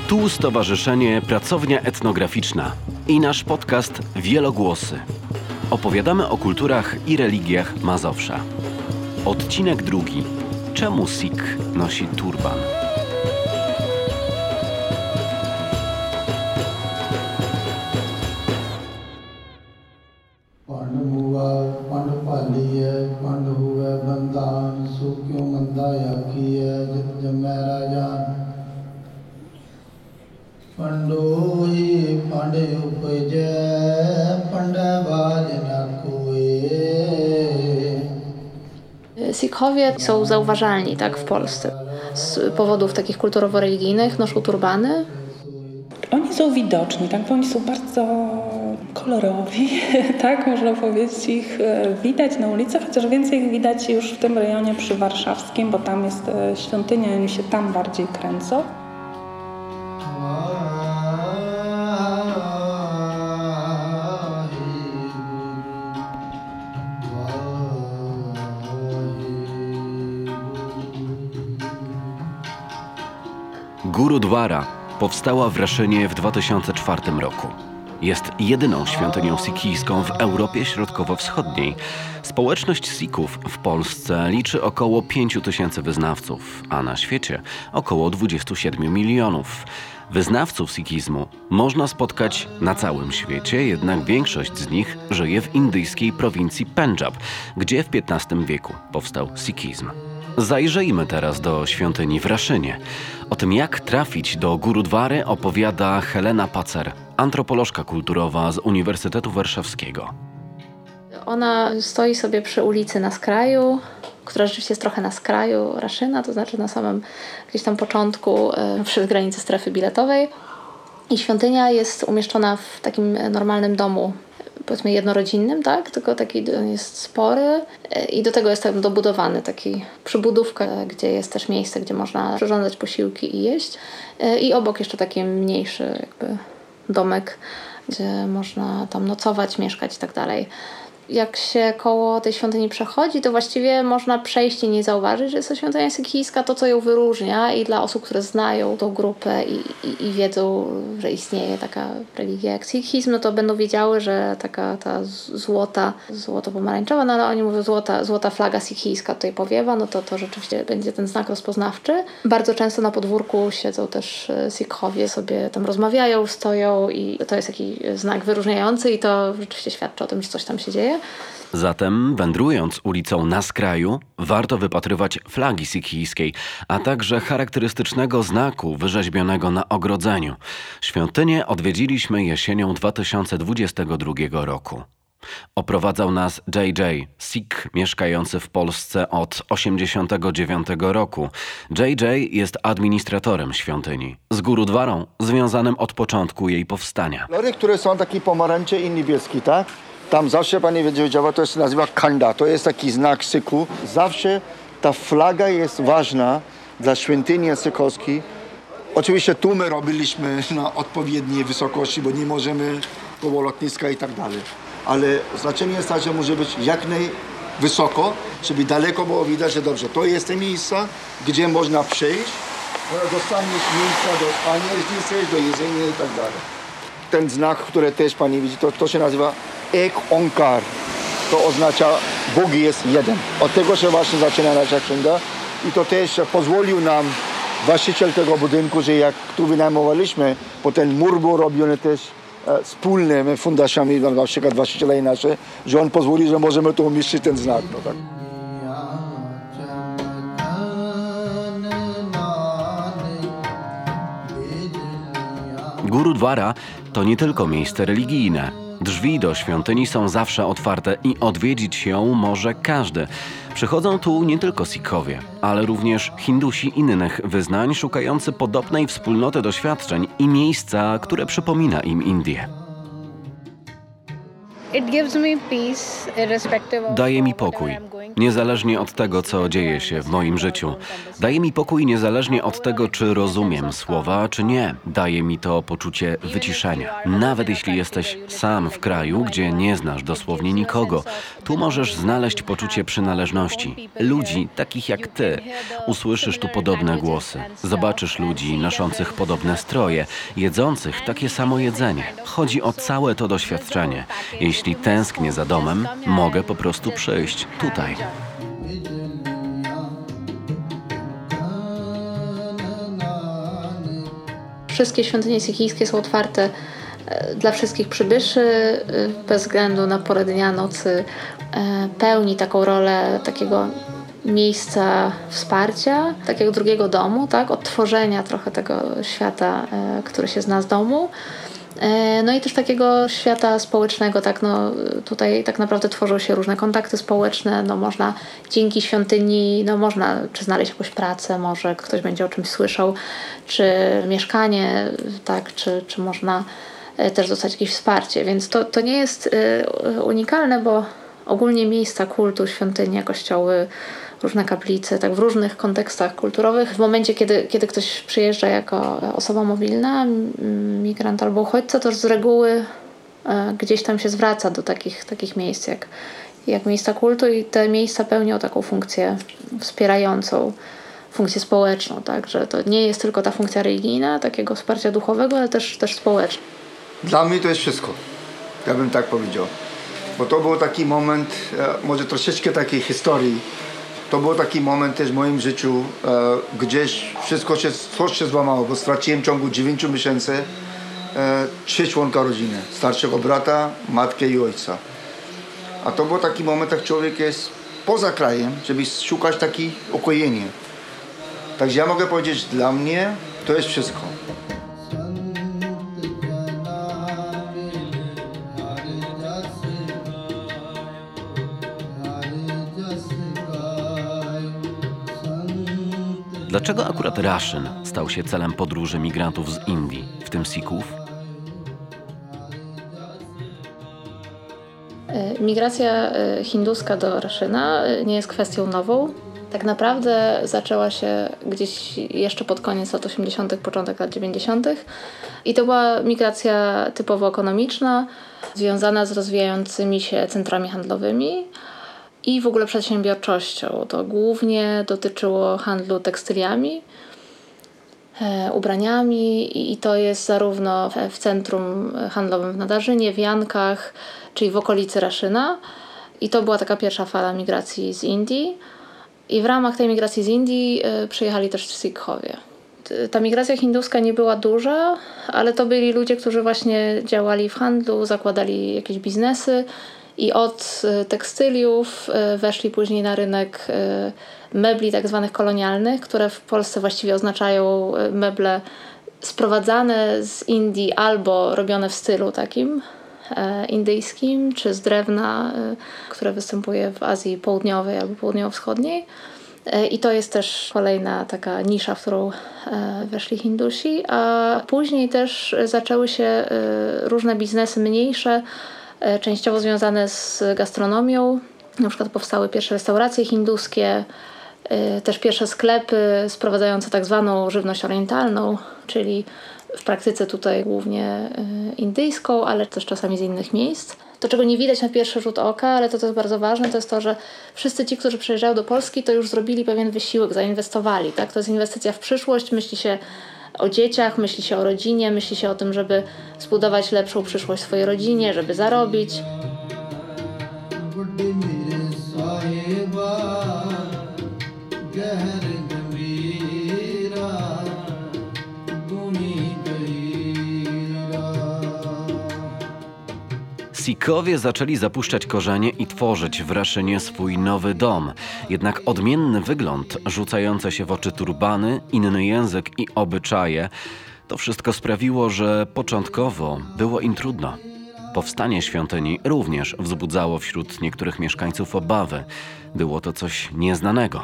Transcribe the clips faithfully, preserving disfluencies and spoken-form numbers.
Tu Stowarzyszenie Pracownia Etnograficzna i nasz podcast Wielogłosy. Opowiadamy o kulturach i religiach Mazowsza. Odcinek drugi. Czemu Sikh nosi turban? Sikhowie są zauważalni tak w Polsce. Z powodów takich kulturowo-religijnych noszą turbany. Oni są widoczni, tak? Bo oni są bardzo kolorowi, tak można powiedzieć. Ich widać na ulicy, chociaż więcej ich widać już w tym rejonie przy warszawskim, bo tam jest świątynia i oni się tam bardziej kręcą. Gurudwara powstała w Raszynie w dwa tysiące czwartym roku. Jest jedyną świątynią sikijską w Europie Środkowo-Wschodniej. Społeczność Sikhów w Polsce liczy około pięć tysięcy wyznawców, a na świecie około dwadzieścia siedem milionów. Wyznawców sikizmu można spotkać na całym świecie, jednak większość z nich żyje w indyjskiej prowincji Pendżab, gdzie w piętnastym wieku powstał sikizm. Zajrzyjmy teraz do świątyni w Raszynie. O tym, jak trafić do Gurudwary, opowiada Helena Pacer, antropolożka kulturowa z Uniwersytetu Warszawskiego. Ona stoi sobie przy ulicy na skraju, która rzeczywiście jest trochę na skraju Raszyna, to znaczy na samym gdzieś tam początku przy granicy strefy biletowej. I świątynia jest umieszczona w takim normalnym domu, powiedzmy jednorodzinnym, tak? Tylko taki jest spory i do tego jest tam dobudowany taki przybudówka, gdzie jest też miejsce, gdzie można przyrządzać posiłki i jeść. I obok jeszcze taki mniejszy jakby domek, gdzie można tam nocować, mieszkać i tak dalej. Jak się koło tej świątyni przechodzi, to właściwie można przejść i nie zauważyć, że jest to świątynia sikhijska. To, co ją wyróżnia i dla osób, które znają tą grupę i, i, i wiedzą, że istnieje taka religia jak sikhizm, no to będą wiedziały, że taka ta złota, złoto-pomarańczowa, no ale oni mówią złota, złota flaga sikhijska tutaj powiewa, no to to rzeczywiście będzie ten znak rozpoznawczy. Bardzo często na podwórku siedzą też Sikhowie, sobie tam rozmawiają, stoją i to jest jakiś znak wyróżniający i to rzeczywiście świadczy o tym, że coś tam się dzieje. Zatem, wędrując ulicą na skraju, warto wypatrywać flagi sikhijskiej, a także charakterystycznego znaku wyrzeźbionego na ogrodzeniu. Świątynię odwiedziliśmy jesienią dwa tysiące dwudziestego drugiego roku. Oprowadzał nas J J, Sikh mieszkający w Polsce od osiemdziesiątego dziewiątego roku. J J jest administratorem świątyni, z Gurudwarą związanym od początku jej powstania. Flory, które są takie pomarańcze i niebieskie, tak? Tam zawsze pani wiedziała, to się nazywa khanda, to jest taki znak Sikhu. Zawsze ta flaga jest ważna dla świątyni sykhowskiej. Oczywiście tu my robiliśmy na odpowiedniej wysokości, bo nie możemy koło lotniska i tak dalej. Ale znaczenie jest takie, że może być jak najwysoko, żeby daleko było widać, że dobrze, to jest te miejsca, gdzie można przejść, dostaniesz miejsca do spania, do jedzenia i tak dalej. Ten znak, który też pani widzi, to, to się nazywa Ek Onkar. To oznacza Bóg jest jeden. Od tego się właśnie zaczyna nasza księga i to też pozwolił nam właściciel tego budynku, że jak tu wynajmowaliśmy, bo ten mur był robiony też e, wspólnymi fundacjami, na przykład właściciela i nasze, że on pozwolił, że możemy tu umieścić ten znak. No tak. Gurudwara to nie tylko miejsce religijne. Drzwi do świątyni są zawsze otwarte i odwiedzić ją może każdy. Przychodzą tu nie tylko Sikhowie, ale również Hindusi innych wyznań szukający podobnej wspólnoty doświadczeń i miejsca, które przypomina im Indię. Daje mi pokój. niezależnie od tego, co dzieje się w moim życiu. Daje mi pokój niezależnie od tego, czy rozumiem słowa, czy nie. Daje mi to poczucie wyciszenia. Nawet jeśli jesteś sam w kraju, gdzie nie znasz dosłownie nikogo, tu możesz znaleźć poczucie przynależności. Ludzi takich jak ty. Usłyszysz tu podobne głosy. Zobaczysz ludzi noszących podobne stroje, jedzących takie samo jedzenie. Chodzi o całe to doświadczenie. Jeśli tęsknię za domem, mogę po prostu przyjść tutaj. Wszystkie świątynie sikhijskie są otwarte dla wszystkich przybyszy, bez względu na porę dnia, nocy. Pełni taką rolę takiego miejsca wsparcia, takiego drugiego domu, tak? Odtworzenia trochę tego świata, który się zna z domu. No i też takiego świata społecznego, tak, no tutaj tak naprawdę tworzą się różne kontakty społeczne, no można dzięki świątyni, no można czy znaleźć jakąś pracę, może ktoś będzie o czymś słyszał, czy mieszkanie, tak, czy, czy można też dostać jakieś wsparcie, więc to, to nie jest unikalne, bo ogólnie miejsca kultu, świątynie, kościoły, różne kaplice, tak w różnych kontekstach kulturowych. W momencie, kiedy, kiedy ktoś przyjeżdża jako osoba mobilna, migrant albo uchodźca, to z reguły gdzieś tam się zwraca do takich, takich miejsc jak, jak miejsca kultu i te miejsca pełnią taką funkcję wspierającą, funkcję społeczną, tak, że to nie jest tylko ta funkcja religijna, takiego wsparcia duchowego, ale też, też społeczna. Dla mnie to jest wszystko, ja bym tak powiedział. Bo to był taki moment, może troszeczkę takiej historii. To był taki moment też w moim życiu, e, gdzieś wszystko się, coś się złamało, bo straciłem w ciągu dziewięciu miesięcy e, trzy członka rodziny. Starszego brata, matkę i ojca. A to był taki moment, jak człowiek jest poza krajem, żeby szukać takiego ukojenia. Także ja mogę powiedzieć, dla mnie to jest wszystko. Dlaczego akurat Raszyn stał się celem podróży migrantów z Indii, w tym Sikhów? Migracja hinduska do Raszyna nie jest kwestią nową. Tak naprawdę zaczęła się gdzieś jeszcze pod koniec lat osiemdziesiątych, początek lat dziewięćdziesiątych. I to była migracja typowo ekonomiczna, związana z rozwijającymi się centrami handlowymi i w ogóle przedsiębiorczością. To głównie dotyczyło handlu tekstyliami, e, ubraniami i, i to jest zarówno w, w centrum handlowym w Nadarzynie, w Jankach, czyli w okolicy Raszyna. I to była taka pierwsza fala migracji z Indii. I w ramach tej migracji z Indii e, przyjechali też Sikhowie. Ta migracja hinduska nie była duża, ale to byli ludzie, którzy właśnie działali w handlu, zakładali jakieś biznesy. I od tekstyliów weszli później na rynek mebli tak zwanych kolonialnych, które w Polsce właściwie oznaczają meble sprowadzane z Indii albo robione w stylu takim indyjskim, czy z drewna, które występuje w Azji Południowej albo Południowo-Wschodniej. I to jest też kolejna taka nisza, w którą weszli Hindusi. A później też zaczęły się różne biznesy mniejsze, częściowo związane z gastronomią. Na przykład powstały pierwsze restauracje hinduskie, też pierwsze sklepy sprowadzające tak zwaną żywność orientalną, czyli w praktyce tutaj głównie indyjską, ale też czasami z innych miejsc. To, czego nie widać na pierwszy rzut oka, ale to, co jest bardzo ważne, to jest to, że wszyscy ci, którzy przyjeżdżają do Polski, to już zrobili pewien wysiłek, zainwestowali. Tak? To jest inwestycja w przyszłość, myśli się o dzieciach, myśli się o rodzinie, myśli się o tym, żeby zbudować lepszą przyszłość swojej rodzinie, żeby zarobić. Sikhowie zaczęli zapuszczać korzenie i tworzyć w Raszynie swój nowy dom. Jednak odmienny wygląd, rzucające się w oczy turbany, inny język i obyczaje, to wszystko sprawiło, że początkowo było im trudno. Powstanie świątyni również wzbudzało wśród niektórych mieszkańców obawy. Było to coś nieznanego.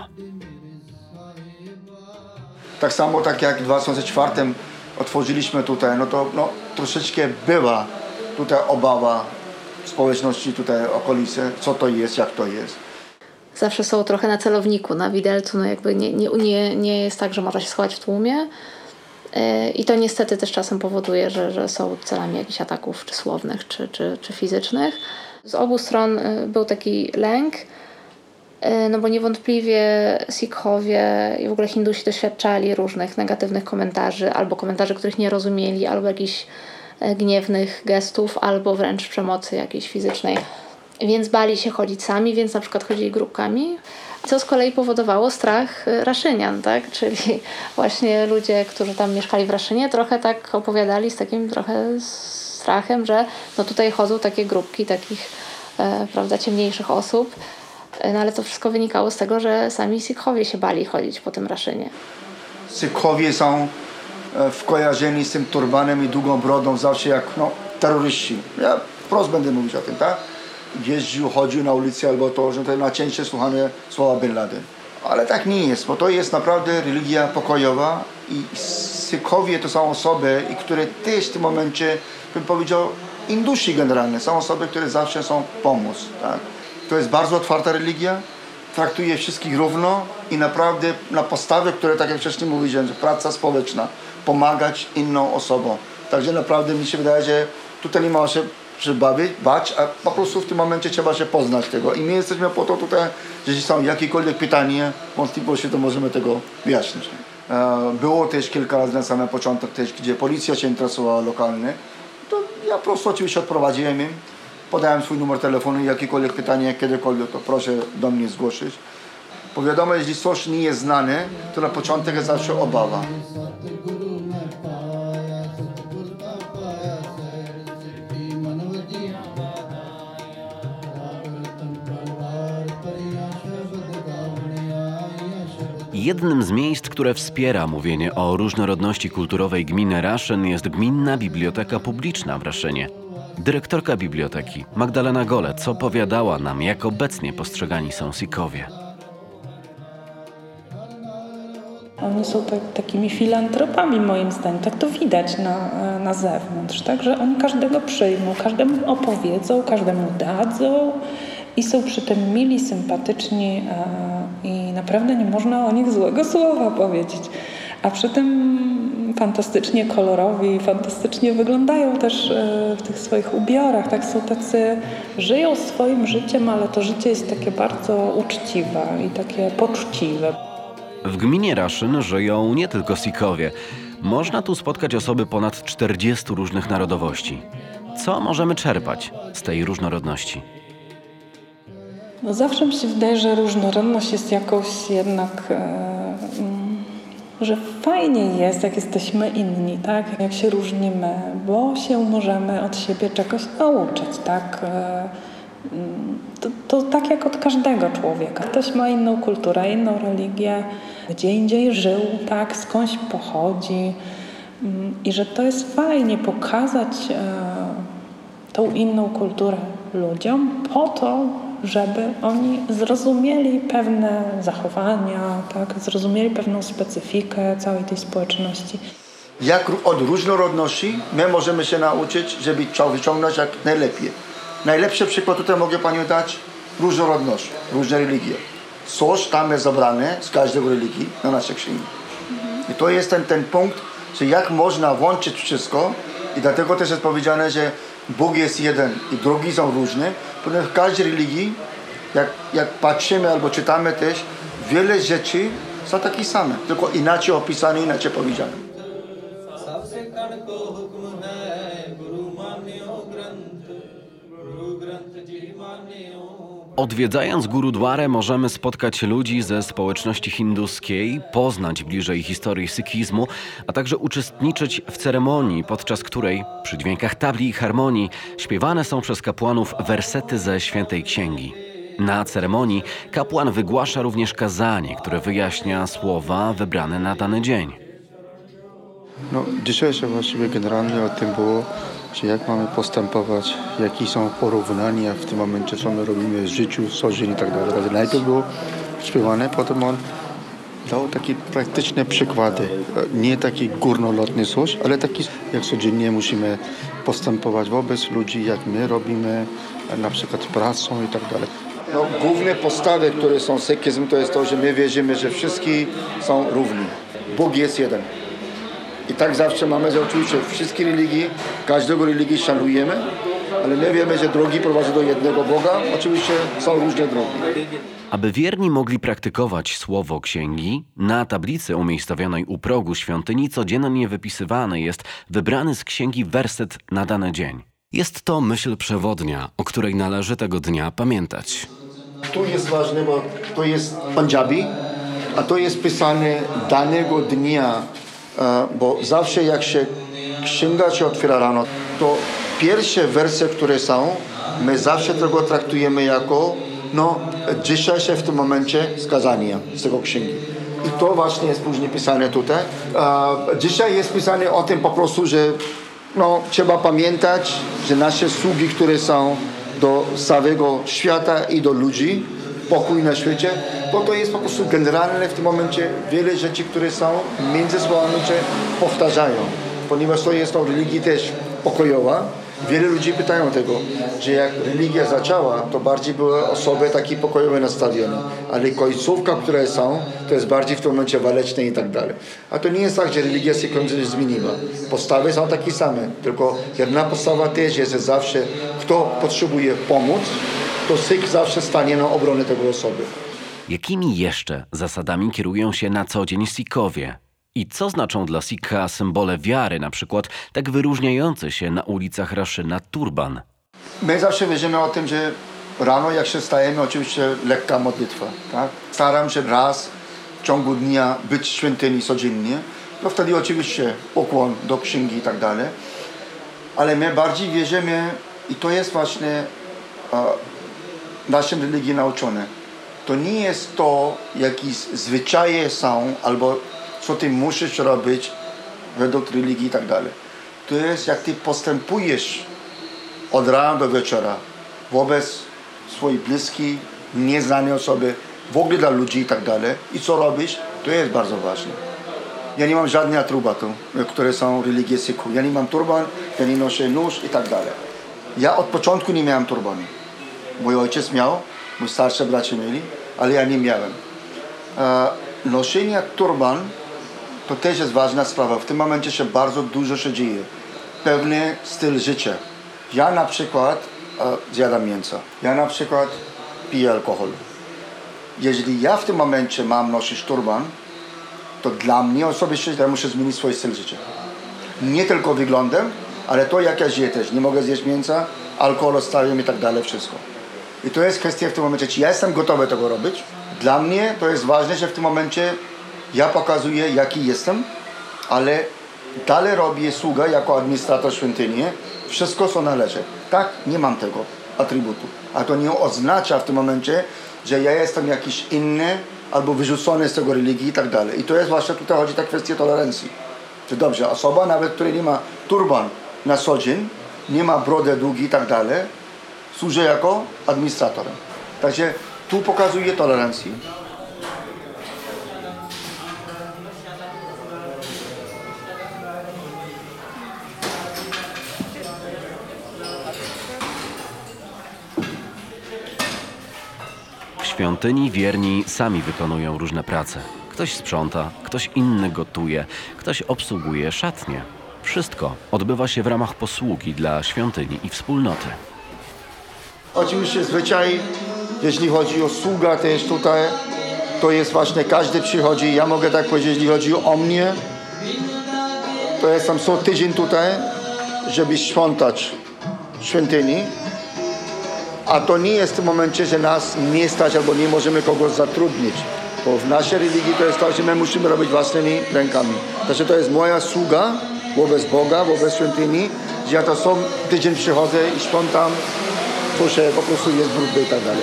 Tak samo tak jak w dwa tysiące czwartym otworzyliśmy tutaj, no to no, troszeczkę była tutaj obawa społeczności tutaj okolicy, co to jest, jak to jest. zawsze są trochę na celowniku, na widelcu, no jakby nie, nie, nie, nie jest tak, że można się schować w tłumie. I to niestety też czasem powoduje, że, że są celami jakichś ataków czy słownych, czy, czy, czy fizycznych. Z obu stron był taki lęk, no bo niewątpliwie Sikhowie i w ogóle Hindusi doświadczali różnych negatywnych komentarzy, albo komentarzy, których nie rozumieli, albo jakichś gniewnych gestów, albo wręcz przemocy jakiejś fizycznej. Więc bali się chodzić sami, więc na przykład chodzili grupkami, co z kolei powodowało strach Raszynian, tak? Czyli właśnie ludzie, którzy tam mieszkali w Raszynie, trochę tak opowiadali z takim trochę strachem, że no tutaj chodzą takie grupki takich e, prawda, ciemniejszych osób, no ale to wszystko wynikało z tego, że sami Sikhowie się bali chodzić po tym Raszynie. Sikhowie są wkojarzeni z tym turbanem i długą brodą zawsze jak no, terroryści. Ja wprost będę mówić o tym, tak? Jeździł, chodził na ulicy albo to, że to najczęściej słuchane słowa Bin Laden. Ale tak nie jest, bo to jest naprawdę religia pokojowa i Sikhowie to są osoby, i które też w tym momencie, bym powiedział, Indusi generalnie, są osoby, które zawsze są pomóc, tak? To jest bardzo otwarta religia, traktuje wszystkich równo i naprawdę na podstawie, które, tak jak wcześniej mówiłem, że praca społeczna, pomagać inną osobom. Także naprawdę mi się wydaje, że tutaj nie ma się bawić, bać, a po prostu w tym momencie trzeba się poznać tego. I my jesteśmy po to tutaj, że jeśli są jakiekolwiek pytania, wątpliwości, to możemy tego wyjaśnić. Było też kilka razy na samym początku, też, gdzie policja się interesowała lokalnie, to ja po prostu oczywiście odprowadziłem im. Podałem swój numer telefonu i jakiekolwiek pytanie, kiedykolwiek, to proszę do mnie zgłosić. Bo wiadomo, jeśli coś nie jest znane, to na początek jest zawsze obawa. Jednym z miejsc, które wspiera mówienie o różnorodności kulturowej gminy Raszyn, jest Gminna Biblioteka Publiczna w Raszynie. Dyrektorka biblioteki Magdalena Golec opowiadała nam, jak obecnie postrzegani są Sikhowie. Oni są tak, takimi filantropami moim zdaniem, tak to widać na, na zewnątrz, tak, że oni każdego przyjmą, każdemu opowiedzą, każdemu dadzą i są przy tym mili, sympatyczni e, i naprawdę nie można o nich złego słowa powiedzieć. A przy tym fantastycznie kolorowi, fantastycznie wyglądają też w tych swoich ubiorach. Tak, są tacy, żyją swoim życiem, ale to życie jest takie bardzo uczciwe i takie poczciwe. W gminie Raszyn żyją nie tylko Sikhowie. Można tu spotkać osoby ponad czterdziestu różnych narodowości. Co możemy czerpać z tej różnorodności? No zawsze mi się wydaje, że różnorodność jest jakąś jednak... E, że fajnie jest, jak jesteśmy inni, tak? Jak się różnimy, bo się możemy od siebie czegoś nauczyć, tak? To, to tak jak od każdego człowieka. Ktoś ma inną kulturę, inną religię, gdzie indziej żył, tak? Skądś pochodzi i że to jest fajnie pokazać e, tą inną kulturę ludziom po to, żeby oni zrozumieli pewne zachowania, tak? Zrozumieli pewną specyfikę całej tej społeczności. Jak od różnorodności my możemy się nauczyć, żeby wyciągnąć jak najlepiej. Najlepszy przykład tutaj mogę Pani dać różnorodność, różne religie. Coś tam jest zabrane z każdej religii na nasze księgi. Mhm. I to jest ten, ten punkt, że jak można łączyć wszystko i dlatego też jest powiedziane, że Bóg jest jeden i drugi są różne, ponieważ w każdej religii, jak, jak patrzymy albo czytamy też, wiele rzeczy są takie same, tylko inaczej opisane, inaczej powiedziane. Odwiedzając Gurudwarę możemy spotkać ludzi ze społeczności hinduskiej, poznać bliżej historii sikizmu, a także uczestniczyć w ceremonii, podczas której przy dźwiękach tabli i harmonii śpiewane są przez kapłanów wersety ze Świętej Księgi. Na ceremonii kapłan wygłasza również kazanie, które wyjaśnia słowa wybrane na dany dzień. No, dzisiejsze właściwie generalnie o tym było, że jak mamy postępować, jakie są porównania w tym momencie, co my robimy w życiu, co dzień i tak dalej. Najpierw było śpiewane, potem on dał takie praktyczne przykłady. Nie taki górnolotny coś, ale taki, jak codziennie musimy postępować wobec ludzi, jak my robimy, na przykład pracą i tak dalej. No, główne postawy, które są sikizm, to jest to, że my wierzymy, że wszyscy są równi. Bóg jest jeden. I tak zawsze mamy, że oczywiście wszystkie religie, każdego religii szanujemy, ale my wiemy, że drogi prowadzą do jednego Boga. Oczywiście są różne drogi. Aby wierni mogli praktykować słowo księgi, na tablicy umiejscowionej u progu świątyni codziennie wypisywany jest wybrany z księgi werset na dany dzień. Jest to myśl przewodnia, o której należy tego dnia pamiętać. Tu jest ważne, bo to jest Punjabi, a to jest pisane danego dnia, bo zawsze jak się księga się otwiera rano, to pierwsze wersy, które są, my zawsze tego traktujemy jako no, dzisiejsze w tym momencie skazania z tego księgi. I to właśnie jest później pisane tutaj. Dzisiaj jest pisane o tym po prostu, że no, trzeba pamiętać, że nasze sługi, które są do całego świata i do ludzi, pokój na świecie, bo to jest po prostu generalne w tym momencie wiele rzeczy, które są między słowami, że powtarzają. Ponieważ to jest to religia też pokojowa, wiele ludzi pytają tego, że jak religia zaczęła, to bardziej były osoby takie pokojowe na stadionie, ale końcówka, które są, to jest bardziej w tym momencie waleczne i tak dalej. A to nie jest tak, że religia się kończy zmieniła. Postawy są takie same, tylko jedna postawa też jest, że zawsze kto potrzebuje pomóc, to Sikh zawsze stanie na obronę tego osoby. Jakimi jeszcze zasadami kierują się na co dzień Sikhowie? I co znaczą dla Sikha symbole wiary, na przykład tak wyróżniający się na ulicach Raszyna turban? My zawsze wierzymy o tym, że rano jak się stajemy, oczywiście lekka modlitwa. Tak? Staram się raz w ciągu dnia być w świątyni codziennie. To wtedy oczywiście pokłon do księgi i tak dalej. Ale my bardziej wierzymy, i to jest właśnie uh, naszym religii nauczone. To nie jest to, jakieś zwyczaje są, albo co ty musisz robić według religii i tak dalej. To jest, jak ty postępujesz od rana do wieczora wobec swoich bliskich, nieznanej osoby, w ogóle dla ludzi i tak dalej. I co robisz, to jest bardzo ważne. Ja nie mam żadnych atrybutów, które są religie Sikhu. Ja nie mam turban, ja nie noszę nóż i tak dalej. Ja od początku nie miałem turbanu. Mój ojciec miał, mój starszy bracia mieli, ale ja nie miałem. E, noszenie turban to też jest ważna sprawa. W tym momencie się bardzo dużo się dzieje. Pewny styl życia. Ja na przykład e, zjadam mięso. Ja na przykład piję alkohol. Jeżeli ja w tym momencie mam nosić turban, to dla mnie osobiście ja muszę zmienić swój styl życia. Nie tylko wyglądem, ale to jak ja żyję też. Nie mogę zjeść mięsa, alkohol odstawiam i tak dalej, wszystko. I to jest kwestia w tym momencie, czy ja jestem gotowy tego robić. Dla mnie to jest ważne, że w tym momencie ja pokazuję, jaki jestem, ale dalej robię sługę jako administrator świątyni. Wszystko, co należy. Tak, nie mam tego atrybutu. A to nie oznacza w tym momencie, że ja jestem jakiś inny albo wyrzucony z tego religii i tak dalej. I to jest właśnie tutaj chodzi ta kwestia tolerancji. Że dobrze, osoba nawet, która nie ma turban na co dzień, nie ma brody długi i tak dalej, służy jako administratorem. Także tu pokazuje tolerancję. W świątyni wierni sami wykonują różne prace. Ktoś sprząta, ktoś inny gotuje, ktoś obsługuje szatnie. Wszystko odbywa się w ramach posługi dla świątyni i wspólnoty. Oczywiście zwyczaj, jeśli chodzi o sługa też tutaj, to jest właśnie każdy przychodzi, ja mogę tak powiedzieć, jeśli chodzi o mnie, to jestem co tydzień tutaj, żeby sprzątać świątyni, a to nie jest w tym momencie, że nas nie stać albo nie możemy kogoś zatrudnić, bo w naszej religii to jest to, że my musimy robić własnymi rękami. Także to jest moja sługa wobec Boga, wobec świątyni, że ja to co tydzień przychodzę i sprzątam, to się po prostu jest brudne i tak dalej.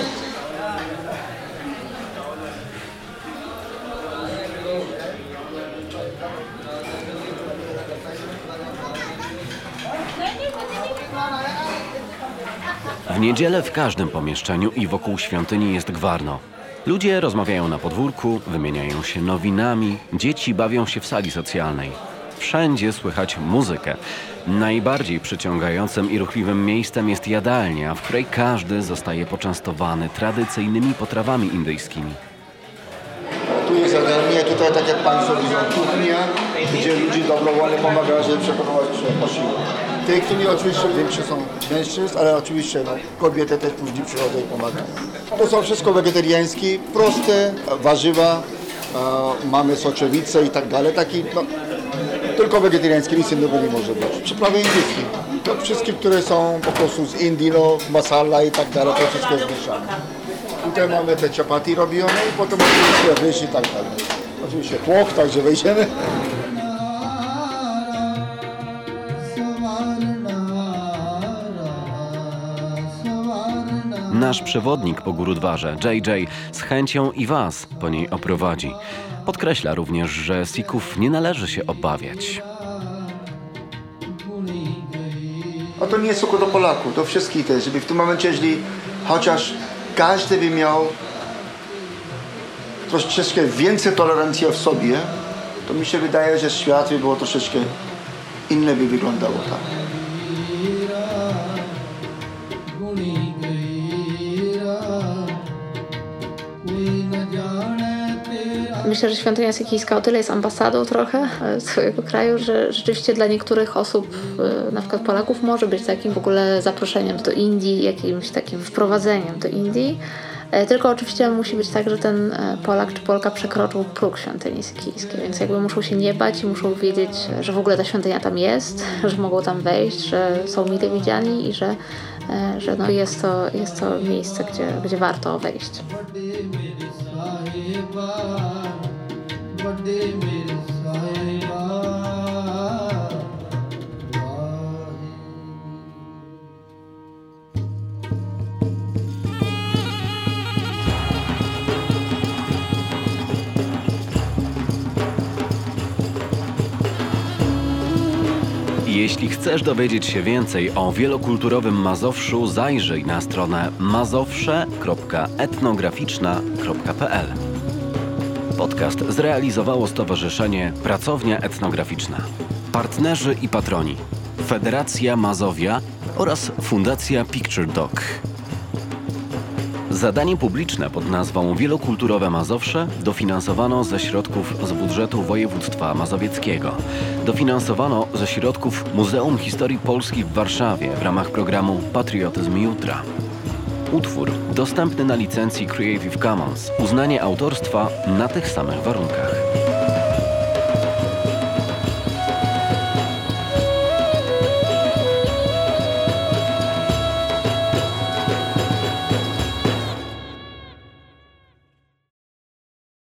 W niedzielę w każdym pomieszczeniu i wokół świątyni jest gwarno. Ludzie rozmawiają na podwórku, wymieniają się nowinami, dzieci bawią się w sali socjalnej. wszędzie słychać muzykę. Najbardziej przyciągającym i ruchliwym miejscem jest jadalnia, w której każdy zostaje poczęstowany tradycyjnymi potrawami indyjskimi. Tu jest jadalnia, tutaj tak jak Państwo widzą, kuchnia, gdzie ludzie dobrowolnie pomagają, żeby przygotować posiłek. W tej chwili oczywiście większe są mężczyzn, ale oczywiście no, kobiety też później przychodzą i pomagają. To są wszystko wegetariańskie, proste warzywa, e, mamy soczewice i tak dalej, taki no, tylko wegetariańskie, nic innego nie może być. Przyprawy indyjskie, to wszystkie, które są po prostu z Indii, no, masala i tak dalej, to wszystko jest mieszane. Tutaj mamy te chapati robione i potem oczywiście ryż i tak dalej. Oczywiście płok, także wejdziemy. Nasz przewodnik po Gurudwarze, J J, z chęcią i Was po niej oprowadzi. Podkreśla również, że Sikhów nie należy się obawiać. A to nie jest tylko do Polaków, do wszystkich też, żeby w tym momencie, jeżeli chociaż każdy by miał troszeczkę więcej tolerancji w sobie, to mi się wydaje, że świat by było troszeczkę inne by wyglądało. Tak? Myślę, że świątynia sikijska o tyle jest ambasadą trochę swojego kraju, że rzeczywiście dla niektórych osób, na przykład Polaków, może być takim w ogóle zaproszeniem do Indii, jakimś takim wprowadzeniem do Indii. Tylko oczywiście musi być tak, że ten Polak czy Polka przekroczył próg świątyni sikijskiej, więc jakby muszą się nie bać i muszą wiedzieć, że w ogóle ta świątynia tam jest, że mogą tam wejść, że są mile widziani i że, że no jest, to, jest to miejsce, gdzie, gdzie warto wejść. Jeśli chcesz dowiedzieć się więcej o wielokulturowym Mazowszu, zajrzyj na stronę mazowsze kropka etnograficzna kropka p l. Podcast zrealizowało Stowarzyszenie Pracownia Etnograficzna. Partnerzy i patroni: Federacja Mazowia oraz Fundacja Picture Doc. Zadanie publiczne pod nazwą Wielokulturowe Mazowsze dofinansowano ze środków z budżetu województwa mazowieckiego. Dofinansowano ze środków Muzeum Historii Polski w Warszawie w ramach programu Patriotyzm Jutra. Utwór dostępny na licencji Creative Commons. Uznanie autorstwa na tych samych warunkach.